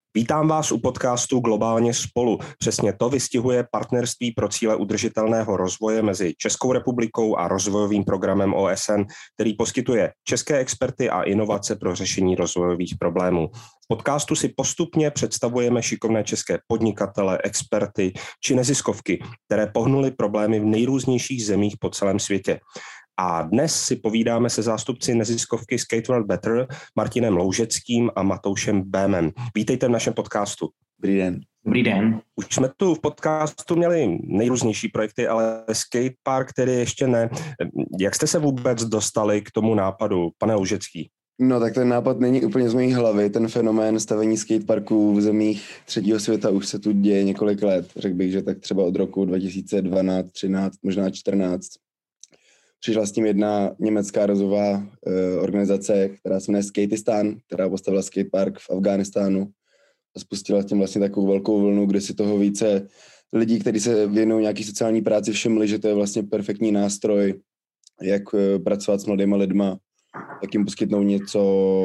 Vítám vás u podcastu Globálně spolu. Přesně to vystihuje partnerství pro cíle udržitelného rozvoje mezi Českou republikou a rozvojovým programem OSN, který poskytuje české experty a inovace pro řešení rozvojových problémů. V podcastu si postupně představujeme šikovné české podnikatele, experty či neziskovky, které pohnuly problémy v nejrůznějších zemích po celém světě. A dnes si povídáme se zástupci neziskovky Skate World Better, Martinem Loužeckým a Matoušem Bémem. Vítejte v našem podcastu. Dobrý den. Dobrý den. Už jsme tu v podcastu měli nejrůznější projekty, ale skatepark tedy ještě ne. Jak jste se vůbec dostali k tomu nápadu, pane Loužecký? No tak ten nápad není úplně z mé hlavy. Ten fenomén stavení skateparků v zemích třetího světa už se tu děje několik let. Řekl bych, že tak třeba od roku 2012, 13, možná 14. Přišla s tím jedna německá rozvojová organizace, která se jmenuje Skatistán, která postavila skatepark v Afghánistánu a spustila s tím vlastně takovou velkou vlnu, kde si toho více lidí, kteří se věnují nějaký sociální práci, všimli, že to je vlastně perfektní nástroj, jak pracovat s mladýma lidma, jak jim poskytnout něco,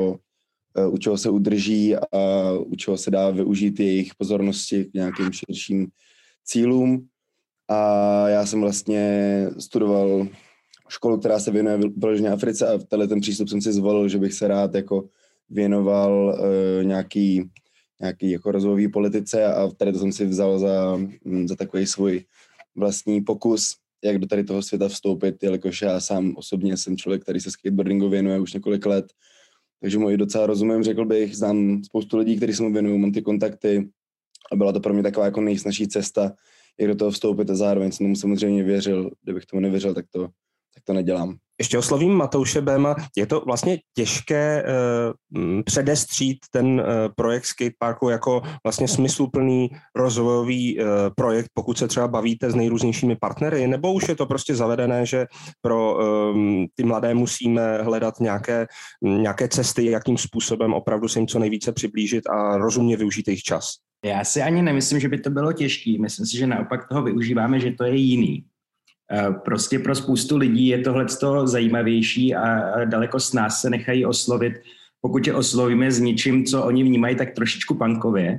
u čeho se udrží a u čeho se dá využít jejich pozornosti k nějakým širším cílům. A já jsem vlastně studoval školu, která se věnuje vyloženě Africe a tenhle ten přístup jsem si zvolil, že bych se rád jako věnoval nějaký jako rozvojový politice a tady to jsem si vzal za takový svůj vlastní pokus, jak do tady toho světa vstoupit, jelikož já sám osobně jsem člověk, který se skateboardingu věnuje už několik let, takže mu i docela rozumím, řekl bych, znám spoustu lidí, kteří se mu věnují, mám ty kontakty a byla to pro mě taková jako nejsnažší cesta, jak do toho vstoupit a zároveň jsem tomu samozřejmě věřil, kdybych tomu nevěřil, tak to nedělám. Ještě oslovím Matouše Béma. Je to vlastně těžké předestřít ten projekt skateparku jako vlastně smysluplný rozvojový projekt, pokud se třeba bavíte s nejrůznějšími partnery, nebo už je to prostě zavedené, že pro ty mladé musíme hledat nějaké cesty, jakým způsobem opravdu se jim co nejvíce přiblížit a rozumně využít jejich čas? Já si ani nemyslím, že by to bylo těžké. Myslím si, že naopak toho využíváme, že to je jiný. Prostě pro spoustu lidí je tohleto zajímavější a daleko s nás se nechají oslovit, pokud je oslovíme s něčím, co oni vnímají tak trošičku punkově.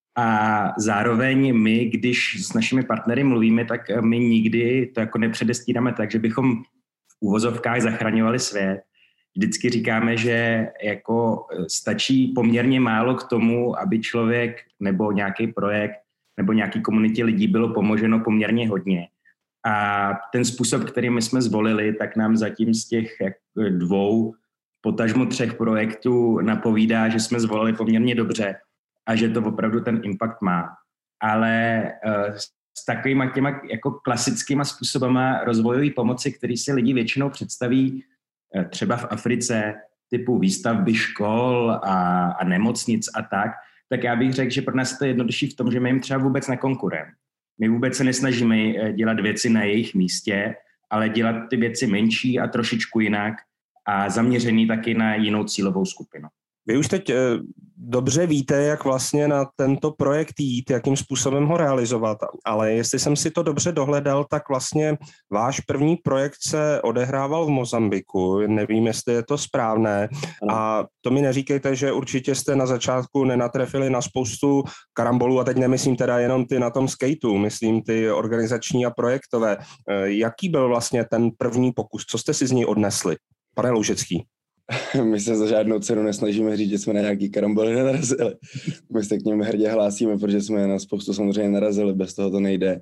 A zároveň my, když s našimi partnery mluvíme, tak my nikdy to jako nepředestíráme tak, že bychom v uvozovkách zachraňovali svět. Vždycky říkáme, že jako stačí poměrně málo k tomu, aby člověk nebo nějaký projekt nebo nějaký komunitě lidí bylo pomoženo poměrně hodně. A ten způsob, který my jsme zvolili, tak nám zatím z těch 2, potažmo 3 projektů napovídá, že jsme zvolili poměrně dobře a že to opravdu ten impact má. Ale s takovýma těma jako klasickýma způsobama rozvojové pomoci, který si lidi většinou představí třeba v Africe, typu výstavby škol a nemocnic a tak já bych řekl, že pro nás je to jednodušší v tom, že my jim třeba vůbec nekonkurujeme. My vůbec se nesnažíme dělat věci na jejich místě, ale dělat ty věci menší a trošičku jinak a zaměřený taky na jinou cílovou skupinu. Vy už teď dobře víte, jak vlastně na tento projekt jít, jakým způsobem ho realizovat, ale jestli jsem si to dobře dohledal, tak vlastně váš první projekt se odehrával v Mozambiku, nevím, jestli je to správné a to mi neříkejte, že určitě jste na začátku nenatrefili na spoustu karambolů a teď nemyslím teda jenom ty na tom skateu, myslím ty organizační a projektové. Jaký byl vlastně ten první pokus, co jste si z něj odnesli, pane Loužecký? My se za žádnou cenu nesnažíme říct, že jsme na nějaký karamboly nenarazili. My se k něm hrdě hlásíme, protože jsme na spoustu samozřejmě narazili, bez toho to nejde.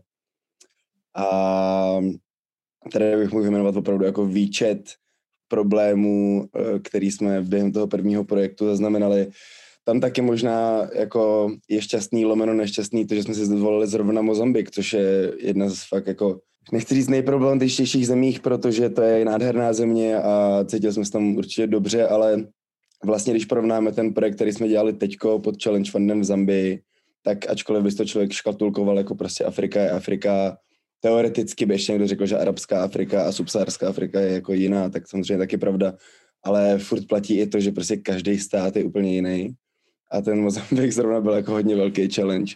A tady bych mohl vyjmenovat opravdu jako výčet problémů, který jsme během toho prvního projektu zaznamenali. Tam taky možná jako je šťastný lomeno nešťastný to, že jsme si zvolili zrovna Mozambik, což je jedna z fakt jako nechci říct nejproblematičtějších zemích, protože to je nádherná země a cítil jsme se tam určitě dobře, ale vlastně když porovnáme ten projekt, který jsme dělali teďko pod Challenge Fundem v Zambii, tak ačkoliv by to člověk škatulkoval jako prostě Afrika je Afrika, teoreticky by ještě někdo řekl, že arabská Afrika a subsaharská Afrika je jako jiná, tak samozřejmě taky pravda, ale furt platí i to, že prostě každý stát je úplně jiný a ten Mozambik zrovna byl jako hodně velký challenge.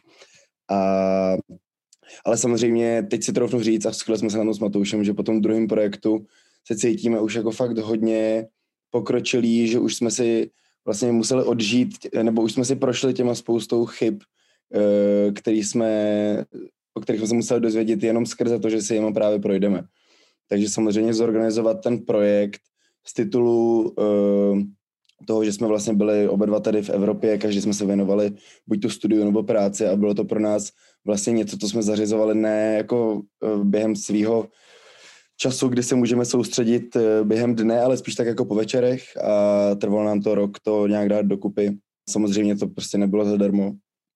Ale samozřejmě teď si troufnu říct a shodli jsme se na tom s Matoušem, že po tom druhém projektu se cítíme už jako fakt hodně pokročilí, že už jsme si vlastně museli odžít, nebo už jsme si prošli těma spoustou chyb, o kterých jsme se museli dozvědět jenom skrze to, že si jima právě projdeme. Takže samozřejmě zorganizovat ten projekt z titulu toho, že jsme vlastně byli oba dva tady v Evropě, každý jsme se věnovali buď tu studiu nebo práci a bylo to pro nás vlastně něco, co jsme zařizovali ne jako během svýho času, kdy se můžeme soustředit během dne, ale spíš tak jako po večerech a trvalo nám to rok to nějak dát dokupy. Samozřejmě to prostě nebylo zadarmo.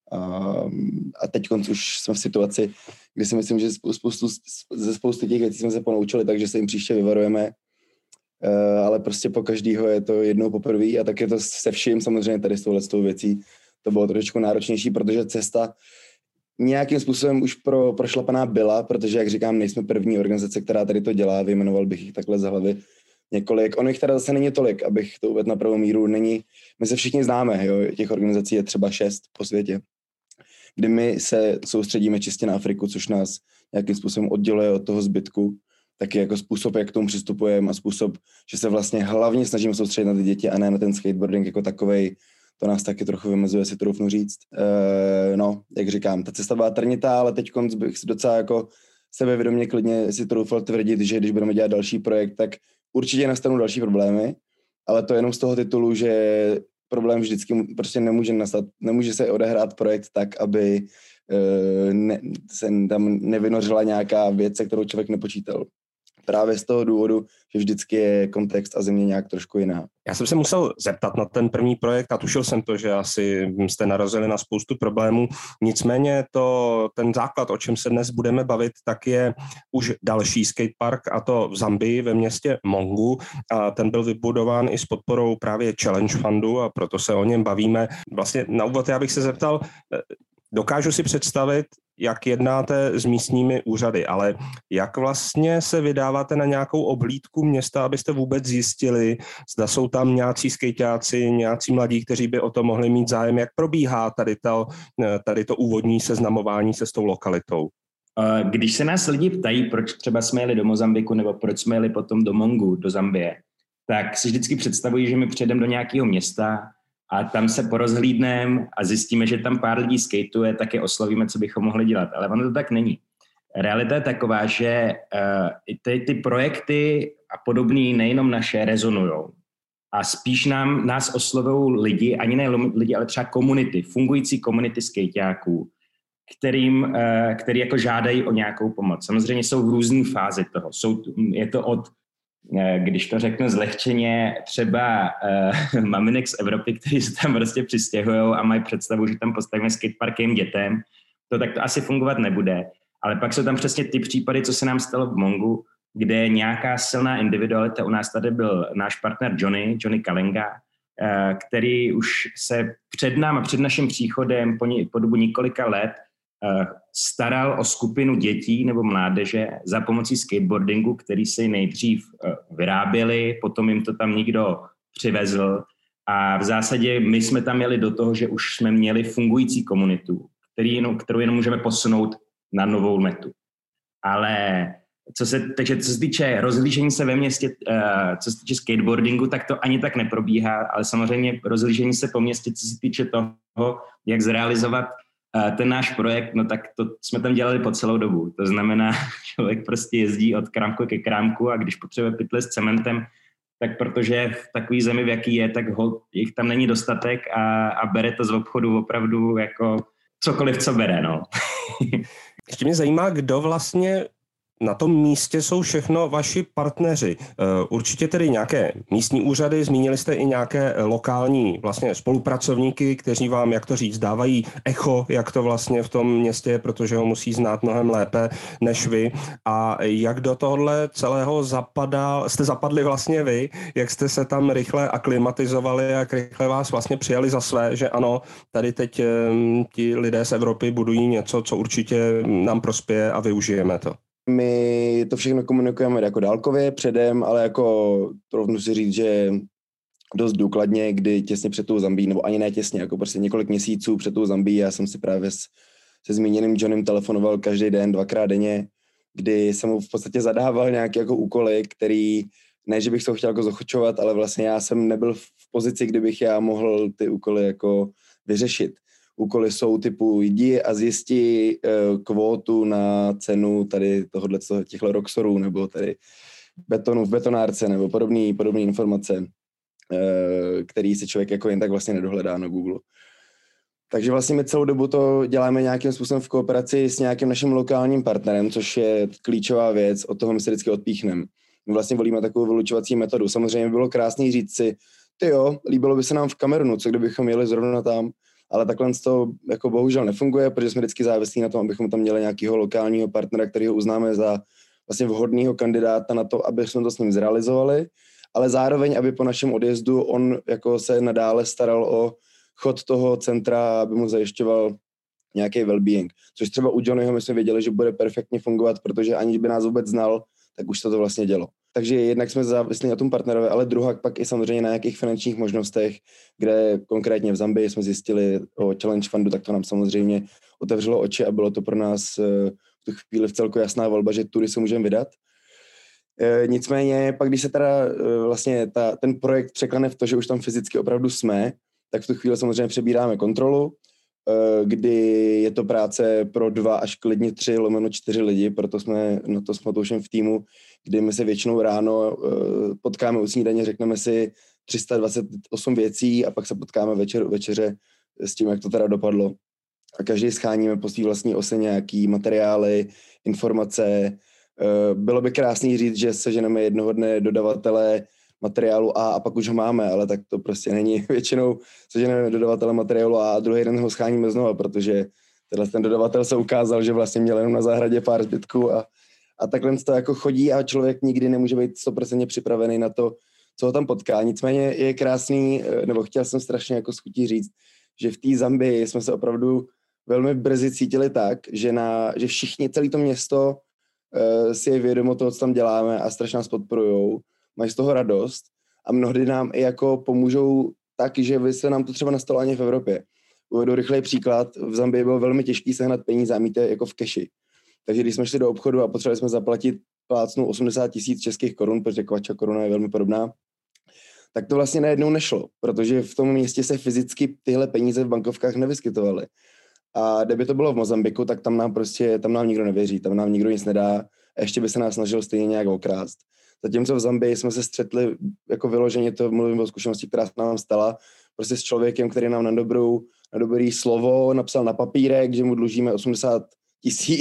A teď už jsme v situaci, kdy si myslím, že ze spousty těch věcí jsme se ponaučili, takže se jim příště vyvarujeme. Ale prostě po každýho je to jednou poprvé a tak je to se vším samozřejmě tady s touhletou věcí. To bylo trošičku náročnější, protože cesta nějakým způsobem už prošlapaná byla, protože, jak říkám, nejsme první organizace, která tady to dělá, vyjmenoval bych jich takhle za hlavy několik. Ono jich teda zase není tolik, abych to uvedl na pravou míru. My se všichni známe, jo? Těch organizací je třeba 6 po světě, kdy my se soustředíme čistě na Afriku, což nás nějakým způsobem odděluje od toho zbytku. Taky jako způsob, jak k tomu přistupujeme a způsob, že se vlastně hlavně snažíme soustředit na ty děti a ne na ten skateboarding jako takovej. To nás taky trochu vymezuje, si troufnu říct. Jak říkám, ta cesta byla trnitá, ale teď bych si docela jako sebevědomě klidně si troufal tvrdit, že když budeme dělat další projekt, tak určitě nastanou další problémy, ale to jenom z toho titulu, že problém vždycky prostě nemůže nastat, nemůže se odehrát projekt tak, aby se tam nevynořila nějaká věc, se kterou člověk nepočítal. Právě z toho důvodu, že vždycky je kontext a země nějak trošku jiná. Já jsem se musel zeptat na ten první projekt a tušil jsem to, že asi jste narazili na spoustu problémů. Nicméně ten základ, o čem se dnes budeme bavit, tak je už další skatepark, a to v Zambii ve městě Mongu. A ten byl vybudován i s podporou právě Challenge Fundu a proto se o něm bavíme. Vlastně na úvod já bych se zeptal, dokážu si představit, jak jednáte s místními úřady, ale jak vlastně se vydáváte na nějakou oblídku města, abyste vůbec zjistili, zda jsou tam nějací skejťáci, nějací mladí, kteří by o to mohli mít zájem, jak probíhá tady to úvodní seznamování se s tou lokalitou? Když se nás lidi ptají, proč třeba jsme jeli do Mozambiku nebo proč jsme jeli potom do Mongu, do Zambie, tak si vždycky představují, že my přijedeme do nějakého města a tam se porozhlídneme a zjistíme, že tam pár lidí skateuje, tak je oslovíme, co bychom mohli dělat. Ale ono to tak není. Realita je taková, že ty projekty a podobný nejenom naše rezonujou. A spíš nás oslovují lidi, ani ne lidi, ale třeba komunity, fungující komunity skateáků, který jako žádají o nějakou pomoc. Samozřejmě jsou v různé fázi toho. Je to od, když to řeknu zlehčeně, třeba maminek z Evropy, kteří se tam prostě přistěhujou a mají představu, že tam postavíme skatepark jim dětem. To tak to asi fungovat nebude. Ale pak jsou tam přesně ty případy, co se nám stalo v Mongu, kde je nějaká silná individualita. U nás tady byl náš partner Johnny Kalenga, který už se před naším příchodem po dobu několika let staral o skupinu dětí nebo mládeže za pomocí skateboardingu, který si nejdřív vyráběli, potom jim to tam někdo přivezl a v zásadě my jsme tam jeli do toho, že už jsme měli fungující komunitu, kterou jenom můžeme posunout na novou metu. Ale co se týče rozhlížení se ve městě, co se týče skateboardingu, tak to ani tak neprobíhá, ale samozřejmě rozhlížení se po městě, co se týče toho, jak zrealizovat ten náš projekt, no tak to jsme tam dělali po celou dobu. To znamená, člověk prostě jezdí od krámku ke krámku a když potřebuje pytle s cementem, tak protože v takové zemi, v jaký je, tak jich tam není dostatek a bere to z obchodu opravdu jako cokoliv, co bere, no. Ještě mě zajímá, kdo vlastně na tom místě jsou všechno vaši partneři. Určitě tedy nějaké místní úřady, zmínili jste i nějaké lokální vlastně spolupracovníky, kteří vám, jak to říct, dávají echo, jak to vlastně v tom městě, protože ho musí znát mnohem lépe než vy. A jak do tohohle celého jste zapadli vlastně vy, jak jste se tam rychle aklimatizovali, jak rychle vás vlastně přijali za své, že ano, tady teď ti lidé z Evropy budují něco, co určitě nám prospěje a využijeme to. My to všechno komunikujeme jako dálkově předem, ale jako rovnou si říct, že dost důkladně, kdy těsně před tou Zambií, nebo ani ne těsně, jako prostě několik měsíců před tou Zambií, já jsem si právě se zmíněným Johnem telefonoval každý den, 2krát denně, kdy jsem mu v podstatě zadával nějaké jako úkoly, který ne, že bych se ho chtěl jako zochočovat, ale vlastně já jsem nebyl v pozici, kdybych já mohl ty úkoly jako vyřešit. Úkoly jsou typu jdi a zjistí kvótu na cenu tady těchto Roxorů nebo tady betonu v betonárce nebo podobné informace, který si člověk jako jen tak vlastně nedohledá na Google. Takže vlastně my celou dobu to děláme nějakým způsobem v kooperaci s nějakým naším lokálním partnerem, což je klíčová věc, od toho my se vždycky odpíchneme. My vlastně volíme takovou vylučovací metodu. Samozřejmě bylo krásný říct si, líbilo by se nám v Kamerunu, co kdybychom jeli zrovna tam, ale takhle to jako bohužel nefunguje, protože jsme vždycky závislí na tom, abychom tam měli nějakého lokálního partnera, kterého uznáme za vlastně vhodného kandidáta na to, aby jsme to s ním zrealizovali, ale zároveň, aby po našem odjezdu on jako se nadále staral o chod toho centra, aby mu zajišťoval nějaký well-being. Což třeba u Johnnyho my jsme věděli, že bude perfektně fungovat, protože aniž by nás vůbec znal, tak už to vlastně dělo. Takže jednak jsme závislí na tom partnerovi, ale druhá pak i samozřejmě na nějakých finančních možnostech, kde konkrétně v Zambii jsme zjistili o Challenge Fundu, tak to nám samozřejmě otevřelo oči a bylo to pro nás v tu chvíli vcelku jasná volba, že tudy se můžeme vydat. Nicméně pak, když se teda vlastně ten projekt překlane v to, že už tam fyzicky opravdu jsme, tak v tu chvíli samozřejmě přebíráme kontrolu, kdy je to práce pro 2 až klidně 3/4 lidi, proto jsme na to s Matoušem v týmu, kdy my se většinou ráno potkáme u snídaně, řekneme si 328 věcí a pak se potkáme večeře s tím, jak to teda dopadlo. A každý scháníme po svý vlastní ose nějaký materiály, informace. Bylo by krásný říct, že seženeme jednoho dne dodavatele materiálu A pak už ho máme, ale tak to prostě není. Většinou seženeme dodavatele materiálu A druhý den ho scháníme znova, protože ten dodavatel se ukázal, že vlastně měl jenom na zahradě pár zbytků a takhle to jako chodí a člověk nikdy nemůže být 100% připravený na to, co ho tam potká. Nicméně je krásný, nebo chtěl jsem strašně jako s chutí říct, že v té Zambii jsme se opravdu velmi brzy cítili tak, že všichni, celé to město si je vědomo toho, co tam děláme a strašně nás podporujou, mají z toho radost a mnohdy nám i jako pomůžou tak, že by se nám to třeba nestalo ani v Evropě. Uvedu rychlej příklad, v Zambii bylo velmi těžký sehnat peníze a mít je jako v keši. Takže když jsme šli do obchodu a potřebovali jsme zaplatit plácnu 80 000 českých korun, protože kvača koruna je velmi podobná, tak to vlastně najednou nešlo, protože v tom městě se fyzicky tyhle peníze v bankovkách nevyskytovaly. A kdyby to bylo v Mozambiku, tak tam nám nikdo nevěří, tam nám nikdo nic nedá a ještě by se nás snažil stejně nějak okrást. Zatímco v Zambii jsme se střetli, jako vyloženě to mluvím o zkušenosti, která se nám stala, prostě s člověkem, který nám na dobrý slovo napsal na papírek, že mu dlužíme 80 000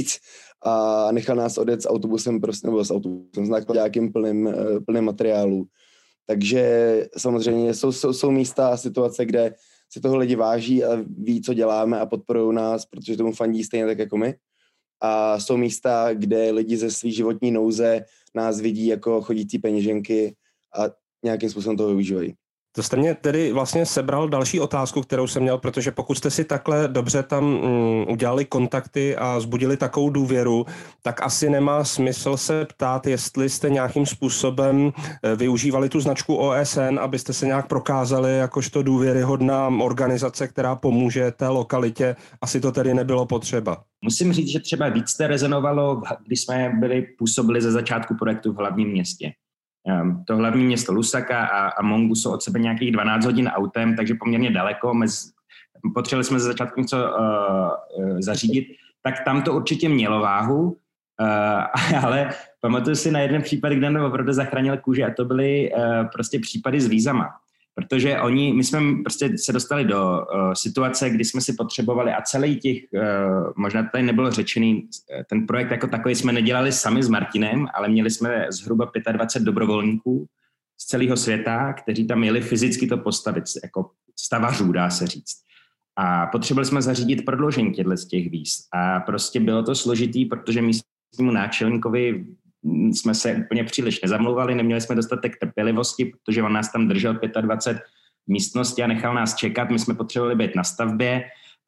a nechal nás odjet s autobusem, nebo s autobusem, s nákladňákem plným materiálů. Takže samozřejmě jsou místa a situace, kde si toho lidi váží a ví, co děláme a podporují nás, protože tomu fandí stejně tak jako my. A jsou místa, kde lidi ze svý životní nouze nás vidí jako chodící peněženky a nějakým způsobem toho využívají. To jste mě tedy vlastně sebral další otázku, kterou jsem měl, protože pokud jste si takhle dobře tam udělali kontakty a vzbudili takovou důvěru, tak asi nemá smysl se ptát, jestli jste nějakým způsobem využívali tu značku OSN, abyste se nějak prokázali jakožto důvěryhodná organizace, která pomůže té lokalitě. Asi to tedy nebylo potřeba. Musím říct, že třeba víc to rezonovalo, když jsme působili ze začátku projektu v hlavním městě. To hlavní město Lusaka a Mongu jsou od sebe nějakých 12 hodin autem, takže poměrně daleko. Potřebovali jsme ze začátku něco zařídit, tak tam to určitě mělo váhu, ale pamatuju si na jeden případ, kde nám opravdu zachránil kůži a to byly prostě případy s vízama. Protože my jsme prostě se dostali do situace, kdy jsme si potřebovali a celý těch, možná to tady nebylo řečený, ten projekt jako takový jsme nedělali sami s Martinem, ale měli jsme zhruba 25 dobrovolníků z celého světa, kteří tam měli fyzicky to postavit, jako stavařů, dá se říct. A potřebovali jsme zařídit prodloužení těch víz. A prostě bylo to složitý, protože místnímu náčelníkovi jsme se úplně příliš nezamlouvali, neměli jsme dostatek trpělivosti, protože on nás tam držel 25 místností a nechal nás čekat, my jsme potřebovali být na stavbě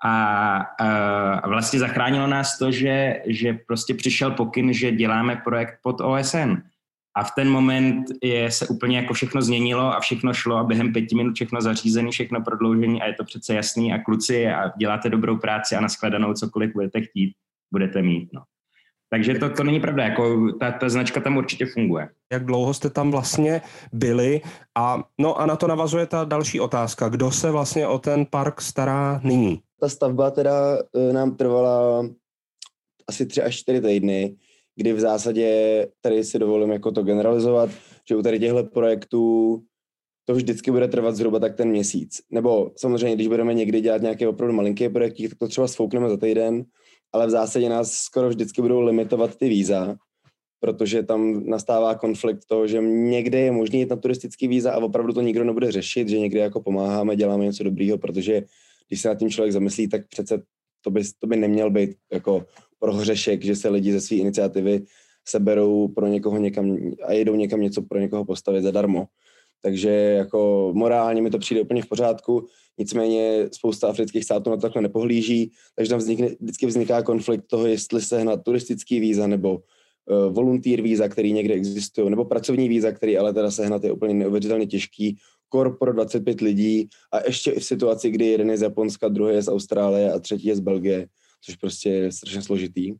a vlastně zachránilo nás to, že prostě přišel pokyn, že děláme projekt pod OSN. A v ten moment se úplně jako všechno změnilo a všechno šlo a během 5 minut všechno zařízené, všechno prodloužení a je to přece jasný a kluci a děláte dobrou práci a nashledanou cokoliv budete chtít, budete mít, no. Takže to není pravda, jako ta značka tam určitě funguje. Jak dlouho jste tam vlastně byli? A na to navazuje ta další otázka. Kdo se vlastně o ten park stará nyní? Ta stavba teda nám trvala asi 3 až 4 týdny, kdy v zásadě tady si dovolím jako to generalizovat, že u tady těchto projektů to vždycky bude trvat zhruba tak ten měsíc. Nebo samozřejmě, když budeme někdy dělat nějaké opravdu malinké projekty, tak to třeba sfoukneme za týden, ale v zásadě nás skoro vždycky budou limitovat ty víza, protože tam nastává konflikt toho, že někde je možný jít na turistický víza a opravdu to nikdo nebude řešit, že někde jako pomáháme, děláme něco dobrýho, protože když se nad tím člověk zamyslí, tak přece to by neměl být jako prohřešek, že se lidi ze své iniciativy seberou pro někoho někam a jedou někam něco pro někoho postavit zadarmo. Takže jako morálně mi to přijde úplně v pořádku, nicméně spousta afrických států na to takhle nepohlíží, takže tam vždycky vzniká konflikt toho, jestli sehnat turistický víza nebo volunteer víza, který někde existují, nebo pracovní víza, který ale teda sehnat je úplně neuvěřitelně těžký, pro 25 lidí a ještě i v situaci, kdy jeden je z Japonska, druhý je z Austrálie a třetí je z Belgie, což prostě je strašně složitý.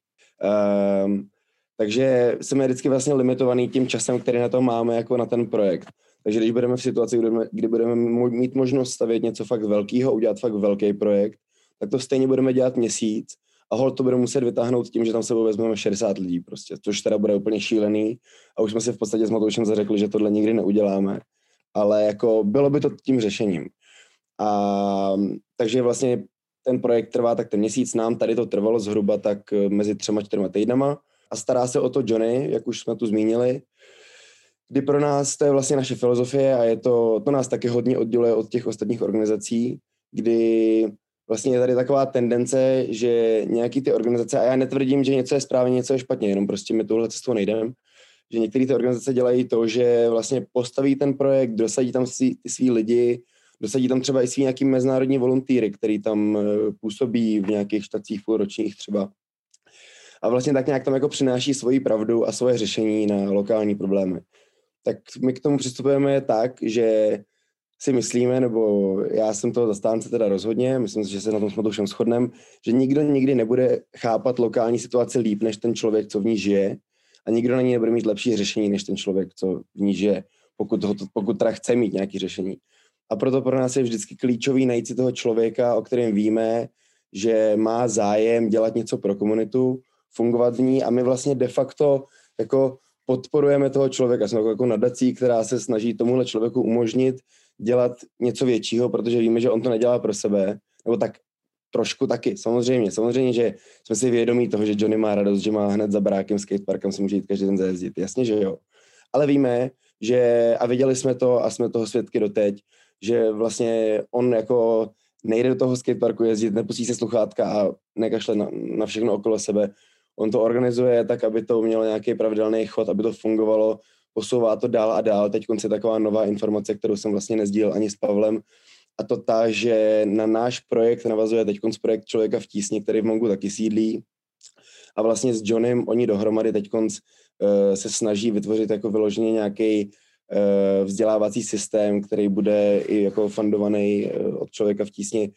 Takže jsme vždycky vlastně limitovaný tím časem, který na to máme jako na ten projekt. Takže když budeme v situaci, kdy budeme mít možnost stavět něco fakt velkého, udělat fakt velký projekt, tak to stejně budeme dělat měsíc a holt to budeme muset vytáhnout tím, že tam sebou vezmeme 60 lidí prostě, což teda bude úplně šílený a už jsme si v podstatě s Matoušem zařekli, že tohle nikdy neuděláme, ale jako bylo by to tím řešením. Takže vlastně ten projekt trvá tak ten měsíc, nám tady to trvalo zhruba tak mezi 3-4 týdnama a stará se o to Johnny, jak už jsme tu zmínili, kdy pro nás to je vlastně naše filozofie a to nás taky hodně odděluje od těch ostatních organizací, kdy vlastně je tady taková tendence, že nějaký ty organizace, a já netvrdím, že něco je správně, něco je špatně, jenom prostě my touhle cestou nejdeme, že některé ty organizace dělají to, že vlastně postaví ten projekt, dosadí tam ty svý lidi, dosadí tam třeba i svý nějaký mezinárodní volontýry, který tam působí v nějakých štacích půlročních třeba. A vlastně tak nějak tam jako přináší svoji pravdu a svoje řešení na lokální problémy. Tak my k tomu přistupujeme tak, že si myslíme, nebo já jsem toho zastánce teda rozhodně, myslím si, že se na tom s Matoušem shodneme, že nikdo nikdy nebude chápat lokální situaci líp, než ten člověk, co v ní žije, a nikdo na ní nebude mít lepší řešení, než ten člověk, co v ní žije, pokud teda chce mít nějaké řešení. A proto pro nás je vždycky klíčový najít si toho člověka, o kterém víme, že má zájem dělat něco pro komunitu, fungovat v ní a my vlastně de facto jako podporujeme toho člověka. Jsme jako nadací, která se snaží tomuhle člověku umožnit dělat něco většího, protože víme, že on to nedělá pro sebe, nebo tak trošku taky, samozřejmě, že jsme si vědomí toho, že Johnny má radost, že má hned za barákem skateparkem si může jít každý den zajezdit, jasně, že jo. Ale víme, že, a viděli jsme to a jsme toho svědky doteď, že vlastně on jako nejde do toho skateparku jezdit, nepustí se sluchátka a nekašle na všechno okolo sebe. On to organizuje tak, aby to mělo nějaký pravidelný chod, aby to fungovalo, posouvá to dál a dál. Teď je taková nová informace, kterou jsem vlastně nezdílel ani s Pavlem, a to ta, že na náš projekt navazuje teď projekt Člověka v tísni, který v Mongu taky sídlí. A vlastně s Johnem oni dohromady teď se snaží vytvořit jako vyloženě nějaký vzdělávací systém, který bude i jako fundovaný od Člověka v tísni.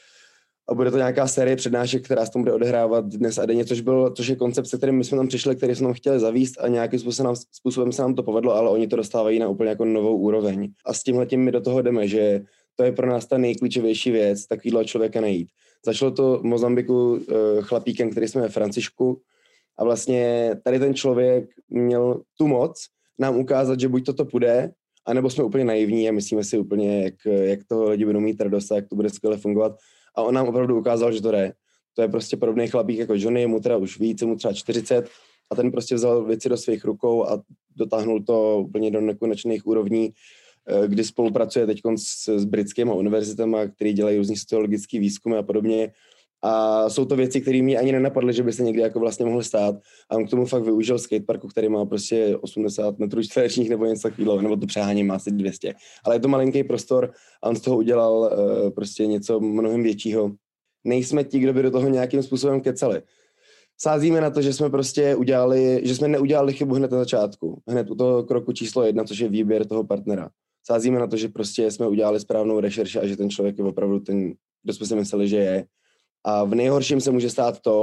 A bude to nějaká série přednášek, která se tam bude odehrávat dnes a denně, což je koncept, se kterým my jsme tam přišli, který jsme tam chtěli zavíst a nějakým způsobem se nám to povedlo, ale oni to dostávají na úplně jako novou úroveň. A s tímhletím my do toho jdeme, že to je pro nás ta nejklíčovější věc, takovýhle člověka najít. Začalo to v Mozambiku chlapíkem, který jsme ve Františku, a vlastně tady ten člověk měl tu moc nám ukázat, že buď toto půjde, anebo jsme úplně naivní a myslíme si úplně, jak toho lidi budou mít radost a jak to bude skvěle fungovat. A on nám opravdu ukázal, že to jde. To je prostě podobný chlapík jako Johnny, mu teda už víc, mu třeba 40, a ten prostě vzal věci do svých rukou a dotáhnul to úplně do nekonečných úrovní, kdy spolupracuje teď s britskými univerzitami, který dělají různý sociologický výzkumy a podobně. A jsou to věci, které mě ani nenapadly, že by se někdy jako vlastně mohl stát. A on k tomu fakt využil skateparku, který má prostě 80 metrů čtverečních nebo něco takového, nebo to přeháním, má asi 200. Ale je to malinký prostor a on z toho udělal prostě něco mnohem většího. Nejsme ti, kdo by do toho nějakým způsobem kecali. Sázíme na to, že jsme prostě neudělali chybu hned na začátku. Hned u toho kroku číslo 1, což je výběr toho partnera. Sázíme na to, že prostě jsme udělali správnou rešerši a že ten člověk je opravdu ten, kdo jsme si mysleli, že je. A v nejhorším se může stát to,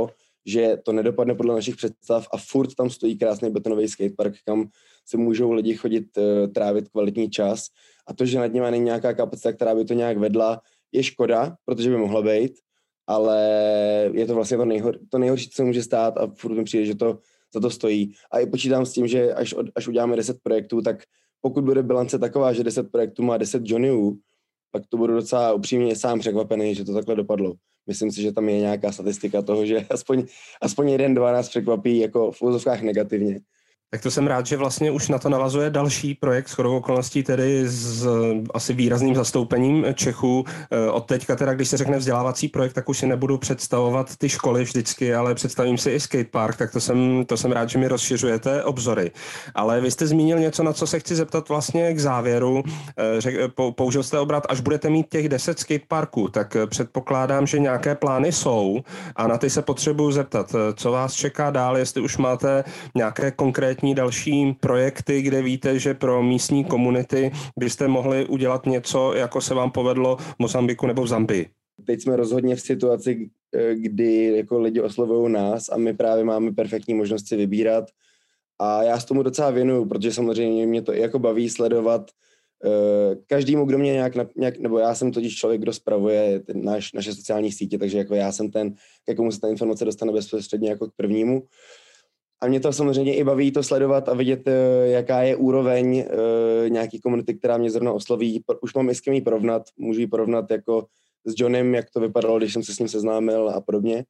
že to nedopadne podle našich představ a furt tam stojí krásný betonový skatepark, kam si můžou lidi chodit trávit kvalitní čas. A to, že nad něma není nějaká kapacita, která by to nějak vedla, je škoda, protože by mohla být, ale je to vlastně to nejhorší, co se může stát a furt mi přijde, že to za to stojí. A i počítám s tím, že až uděláme 10 projektů, tak pokud bude bilance taková, že 10 projektů má 10 Johnnyů, pak to budu docela upřímně sám překvapený, že to takhle dopadlo. Myslím si, že tam je nějaká statistika toho, že aspoň 1-2 nás překvapí jako v úvozovkách negativně. Tak to jsem rád, že vlastně už na to navazuje další projekt shodou okolností, tedy s asi výrazným zastoupením Čechů. Od teďka teda, když se řekne vzdělávací projekt, tak už si nebudu představovat ty školy vždycky, ale představím si i skatepark, tak to jsem rád, že mi rozšiřujete obzory. Ale vy jste zmínil něco, na co se chci zeptat vlastně k závěru. Použil jste obrat, až budete mít těch 10 skateparků, tak předpokládám, že nějaké plány jsou a na ty se potřebuju zeptat. Co vás čeká dál, jestli už máte nějaké konkrétní další projekty, kde víte, že pro místní komunity byste mohli udělat něco, jako se vám povedlo v Mozambiku nebo v Zambii? Teď jsme rozhodně v situaci, kdy jako lidi oslovují nás a my právě máme perfektní možnost si vybírat. A já s tomu docela věnuju, protože samozřejmě mě to i jako baví sledovat každému, kdo mě nějak, nebo já jsem totiž člověk, kdo spravuje naše sociální sítě, takže jako já jsem ten, k komu se ta informace dostane bezprostředně jako k prvnímu. A mě to samozřejmě i baví to sledovat a vidět, jaká je úroveň nějaký komunity, která mě zrovna osloví. Už mám i s kým ji porovnat, můžu ji porovnat jako s Johnem, jak to vypadalo, když jsem se s ním seznámil a podobně.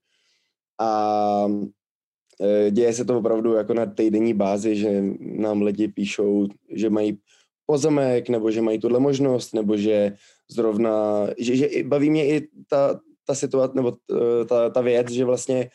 A děje se to opravdu jako na týdenní bázi, že nám lidi píšou, že mají pozemek, nebo že mají tuhle možnost, nebo že zrovna, že baví mě i ta situace, nebo ta věc, že vlastně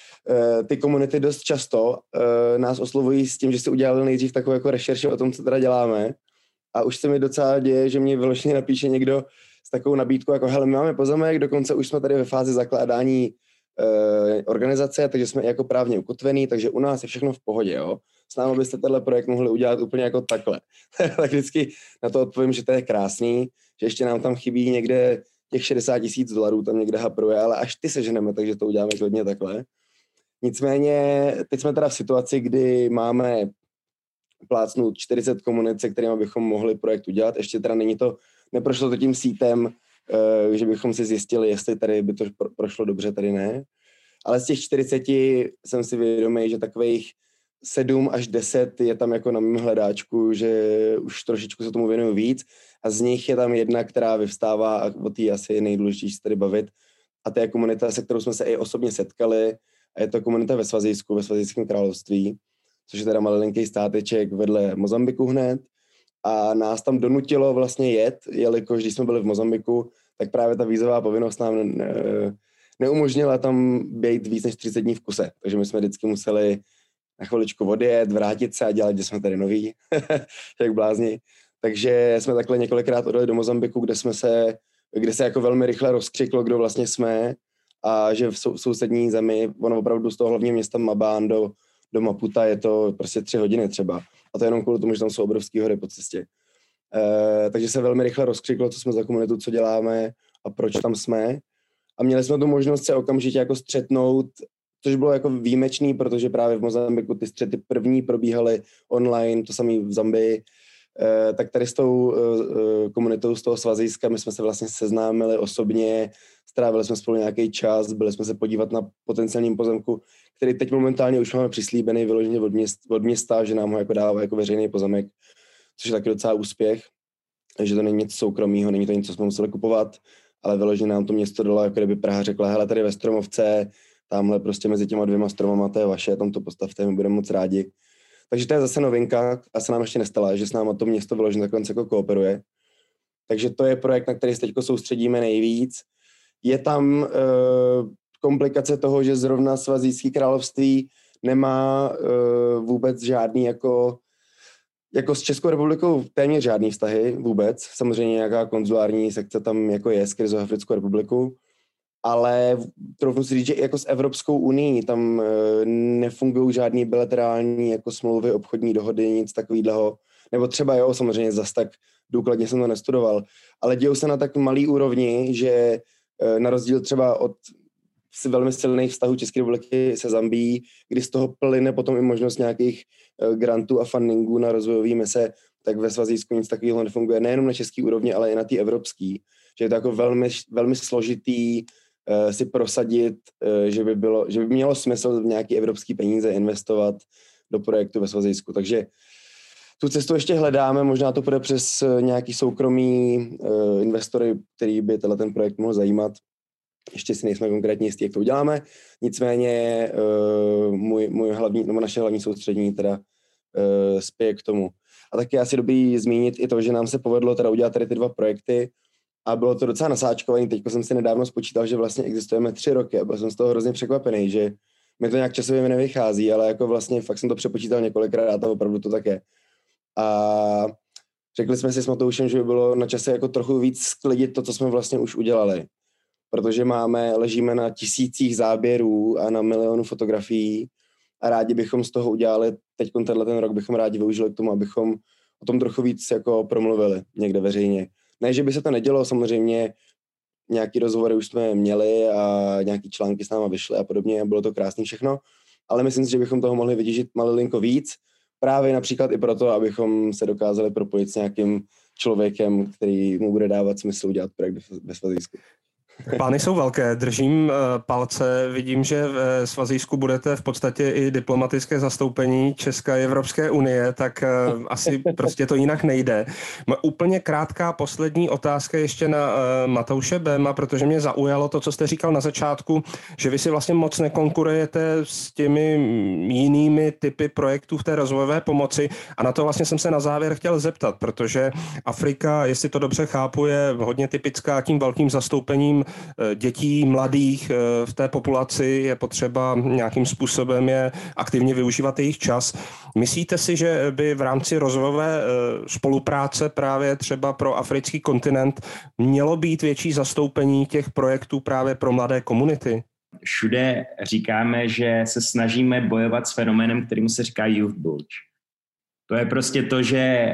ty komunity dost často nás oslovují s tím, že si udělali nejdřív takovou jako rešerši o tom, co teda děláme. A už se mi docela děje, že mě vyloženě napíše někdo s takovou nabídkou, jako hele, my máme pozemek, dokonce už jsme tady ve fázi zakládání organizace, takže jsme jako právně ukotvení, takže u nás je všechno v pohodě, jo. S námi byste tenhle projekt mohli udělat úplně jako takhle. Tak vždycky na to odpovím, že to je krásný, že ještě nám tam chybí někde těch $60,000 tam někde hapruje, ale až ty seženeme, takže to uděláme klidně takhle. Nicméně teď jsme teda v situaci, kdy máme plácnout 40 komunit, se kterými bychom mohli projekt udělat. Ještě teda neprošlo to tím sítem, že bychom si zjistili, jestli tady by to prošlo dobře, tady ne. Ale z těch 40 jsem si vědomý, že takových 7 až 10 je tam jako na mém hledáčku, že už trošičku se tomu věnuju víc a z nich je tam jedna, která vyvstává a o té asi je nejdůležitější se tady bavit. A to je komunita, se kterou jsme se i osobně setkali. A je to komunita ve Svazijsku, ve Svazijském království, což je teda malinký státeček vedle Mozambiku hned. A nás tam donutilo vlastně jet, jelikož když jsme byli v Mozambiku, tak právě ta vízová povinnost nám neumožnila tam být víc než 30 dní v kuse. Takže my jsme vždycky museli na chviličku odjet, vrátit se a dělat, že jsme tady noví, jak blázni. Takže jsme takhle několikrát odjeli do Mozambiku, kde se jako velmi rychle rozkřiklo, kdo vlastně jsme, a že v sousední zemi, ono opravdu z toho hlavního města Mabán do Maputa je to prostě 3 hodiny třeba. A to jenom kvůli tomu, že tam jsou obrovský hory po cestě. Takže se velmi rychle rozkřiklo, co jsme za komunitu, co děláme a proč tam jsme. A měli jsme tu možnost se okamžitě jako střetnout, což bylo jako výjimečný, protože právě v Mozambiku ty střety první probíhaly online, to samé v Zambii. Tak tady s tou komunitou z toho Svazijska my jsme se vlastně seznámili osobně, strávili jsme spolu nějaký čas, byli jsme se podívat na potenciálním pozemku, který teď momentálně už máme přislíbený vyloženě od města, že nám ho jako dává jako veřejný pozemek, což je taky docela úspěch, že to není něco soukromého, není to nic, co jsme museli kupovat, ale vyloženě nám to město dalo, jako kdyby Praha řekla, hele, tady ve Stromovce, tamhle prostě mezi těma 2 stromama, to je vaše, tam to postavte, my budeme moc rádi. Takže to je zase novinka a se nám ještě nestala, že s náma to město vyloženě takhle jako kooperuje. Takže to je projekt, na který se teď soustředíme nejvíc. Je tam komplikace toho, že zrovna Svazijské království nemá vůbec žádný jako s Českou republikou téměř žádný vztahy vůbec. Samozřejmě nějaká konzulární sekce tam jako je skrz Africkou republiku, ale trochu si říct, že jako s Evropskou unií tam nefungují žádný bilaterální jako smlouvy, obchodní dohody, nic takového. Nebo třeba jo, samozřejmě zas tak důkladně jsem to nestudoval, ale dějou se na tak malý úrovni, že na rozdíl třeba od velmi silných vztahů České republiky se Zambií, kdy z toho plyne potom i možnost nějakých grantů a fundingů na rozvojové mise, tak ve Svazijsku nic takového nefunguje, nejenom na české úrovni, ale i na té evropské. Že je to jako velmi, velmi složitý si prosadit, že by mělo smysl v nějaké evropské peníze investovat do projektu ve Svazijsku. Takže tu cestu ještě hledáme, možná to půjde přes nějaký soukromý investory, který by ten projekt mohl zajímat. Ještě si nejsme konkrétně jistí, jak to uděláme. Nicméně naše hlavní soustředění teda spěje k tomu. A taky asi dobrý zmínit i to, že nám se povedlo teda udělat tady ty 2 projekty a bylo to docela nasáčkovaný. Teďko jsem si nedávno spočítal, že vlastně existujeme 3 roky a byl jsem z toho hrozně překvapený, že mi to nějak časově nevychází, ale jako vlastně fakt jsem to přepočítal několikrát a opravdu to tak je. A řekli jsme si s Matoušem, že by bylo na čase jako trochu víc sklidit to, co jsme vlastně už udělali. Protože ležíme na tisících záběrů a na milionu fotografií a rádi bychom z toho udělali, teď tenhle rok bychom rádi využili k tomu, abychom o tom trochu víc jako promluvili někde veřejně. Ne, že by se to nedělo, samozřejmě nějaký rozhovory už jsme měli a nějaký články s náma vyšly a podobně, bylo to krásný všechno, ale myslím si, že bychom toho mohli vytěžit malinko víc, právě například i proto, abychom se dokázali propojit s nějakým člověkem, který mu bude dávat smysl udělat projekt ve Svazijsku. Plány jsou velké, držím palce, vidím, že v Svazijsku budete v podstatě i diplomatické zastoupení České a Evropské unie, tak asi prostě to jinak nejde. Úplně krátká poslední otázka ještě na Matouše Béma, protože mě zaujalo to, co jste říkal na začátku, že vy si vlastně moc nekonkurujete s těmi jinými typy projektů v té rozvojové pomoci a na to vlastně jsem se na závěr chtěl zeptat, protože Afrika, jestli to dobře chápu, je hodně typická tím velkým zastoupením dětí, mladých v té populaci, je potřeba nějakým způsobem je aktivně využívat jejich čas. Myslíte si, že by v rámci rozvojové spolupráce právě třeba pro africký kontinent mělo být větší zastoupení těch projektů právě pro mladé komunity? Všude říkáme, že se snažíme bojovat s fenoménem, kterým se říká youth bulge. To je prostě to, že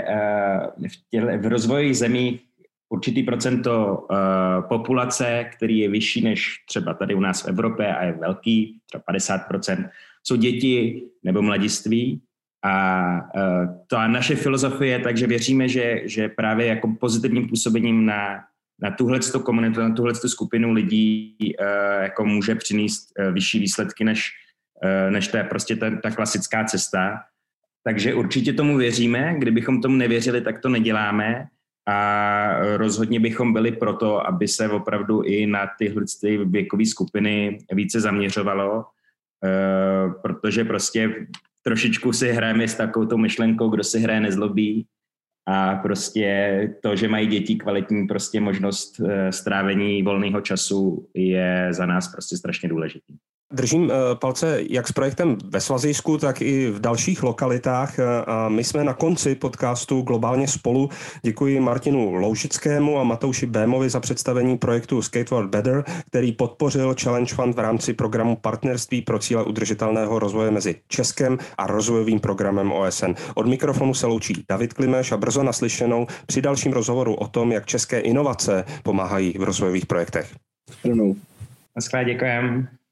v rozvojových zemích určitý procento populace, který je vyšší než třeba tady u nás v Evropě a je velký, třeba 50%, jsou děti nebo mladiství. A ta naše filozofie je tak, že věříme, že právě jako pozitivním působením na tuhleto komunitu, na tuhleto skupinu lidí jako může přinést vyšší výsledky, než to je prostě ta klasická cesta. Takže určitě tomu věříme, kdybychom tomu nevěřili, tak to neděláme. A rozhodně bychom byli proto, aby se opravdu i na tyhle věkové skupiny více zaměřovalo, protože prostě trošičku si hrajeme s takovou myšlenkou, kdo si hraje nezlobí a prostě to, že mají děti kvalitní prostě možnost strávení volného času je za nás prostě strašně důležitý. Držím palce jak s projektem ve Svazijsku, tak i v dalších lokalitách. A my jsme na konci podcastu Globálně spolu. Děkuji Martinu Loužickému a Matouši Bémovi za představení projektu Skateboard Better, který podpořil Challenge Fund v rámci programu Partnerství pro cíle udržitelného rozvoje mezi Českem a rozvojovým programem OSN. Od mikrofonu se loučí David Klimeš a brzo naslyšenou při dalším rozhovoru o tom, jak české inovace pomáhají v rozvojových projektech. Naschle, děkujem.